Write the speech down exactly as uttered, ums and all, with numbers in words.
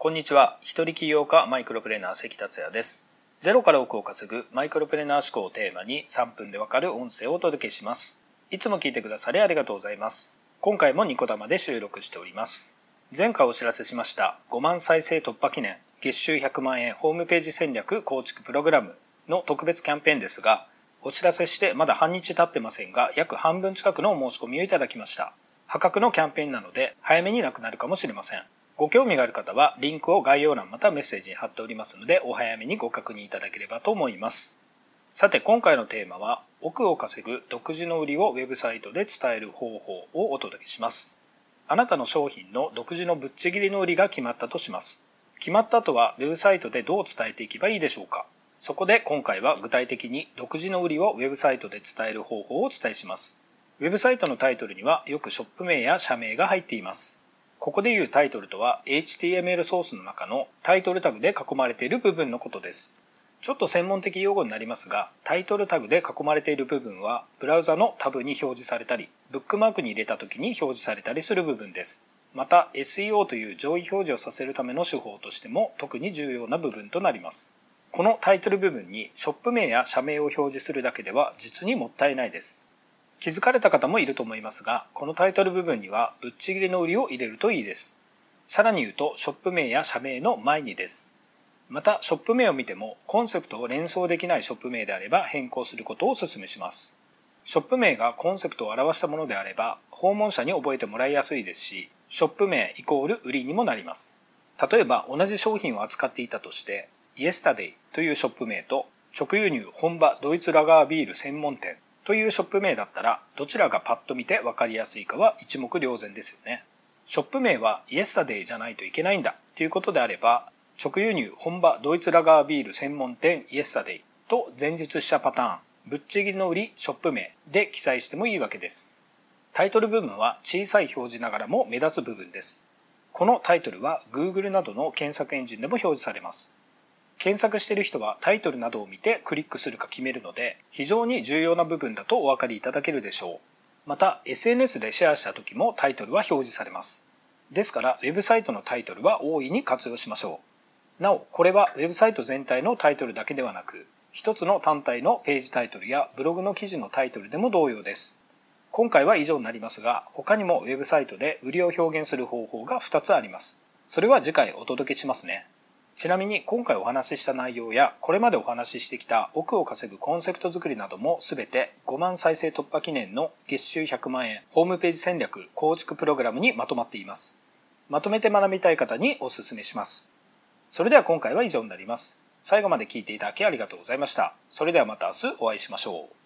こんにちは。一人起業家マイクロプレーナー関達也です。ゼロから億を稼ぐマイクロプレーナー思考をテーマにさんぷんでわかる音声をお届けします。いつも聞いてくださりありがとうございます。今回もニコ玉で収録しております。前回お知らせしましたごまん再生突破記念月収ひゃくまんえんホームページ戦略構築プログラムの特別キャンペーンですが、お知らせしてまだ半日経ってませんが、約半分近くのお申し込みをいただきました。破格のキャンペーンなので早めになくなるかもしれません。ご興味がある方はリンクを概要欄またメッセージに貼っておりますので、お早めにご確認いただければと思います。さて今回のテーマは、億を稼ぐ独自の売りをウェブサイトで伝える方法をお届けします。あなたの商品の独自のぶっちぎりの売りが決まったとします。決まった後はウェブサイトでどう伝えていけばいいでしょうか。そこで今回は具体的に独自の売りをウェブサイトで伝える方法をお伝えします。ウェブサイトのタイトルにはよくショップ名や社名が入っています。ここで言うタイトルとは エイチティーエムエル ソースの中のタイトルタグで囲まれている部分のことです。ちょっと専門的用語になりますが、タイトルタグで囲まれている部分はブラウザのタブに表示されたり、ブックマークに入れた時に表示されたりする部分です。また エスイーオー という上位表示をさせるための手法としても特に重要な部分となります。このタイトル部分にショップ名や社名を表示するだけでは実にもったいないです。気づかれた方もいると思いますが、このタイトル部分にはぶっちぎりの売りを入れるといいです。さらに言うとショップ名や社名の前にです。またショップ名を見てもコンセプトを連想できないショップ名であれば変更することをお勧めします。ショップ名がコンセプトを表したものであれば訪問者に覚えてもらいやすいですし、ショップ名イコール売りにもなります。例えば同じ商品を扱っていたとして、Yesterday というショップ名と直輸入本場ドイツラガービール専門店というショップ名だったら、どちらがパッと見て分かりやすいかは一目瞭然ですよね。ショップ名は Yesterday じゃないといけないんだということであれば、直輸入本場ドイツラガービール専門店 Yesterday と前述したパターン、ぶっちぎりの売りショップ名で記載してもいいわけです。タイトル部分は小さい表示ながらも目立つ部分です。このタイトルは Google などの検索エンジンでも表示されます。検索している人はタイトルなどを見てクリックするか決めるので、非常に重要な部分だとお分かりいただけるでしょう。また エスエヌエス でシェアした時もタイトルは表示されます。ですからウェブサイトのタイトルは大いに活用しましょう。なおこれはウェブサイト全体のタイトルだけではなく、一つの単体のページタイトルやブログの記事のタイトルでも同様です。今回は以上になりますが、他にもウェブサイトで売りを表現する方法がふたつあります。それは次回お届けしますね。ちなみに今回お話しした内容やこれまでお話ししてきた億を稼ぐコンセプト作りなどもすべてごまん再生突破記念の月収ひゃくまんえんホームページ戦略構築プログラムにまとまっています。まとめて学びたい方にお勧めします。それでは今回は以上になります。最後まで聞いていただきありがとうございました。それではまた明日お会いしましょう。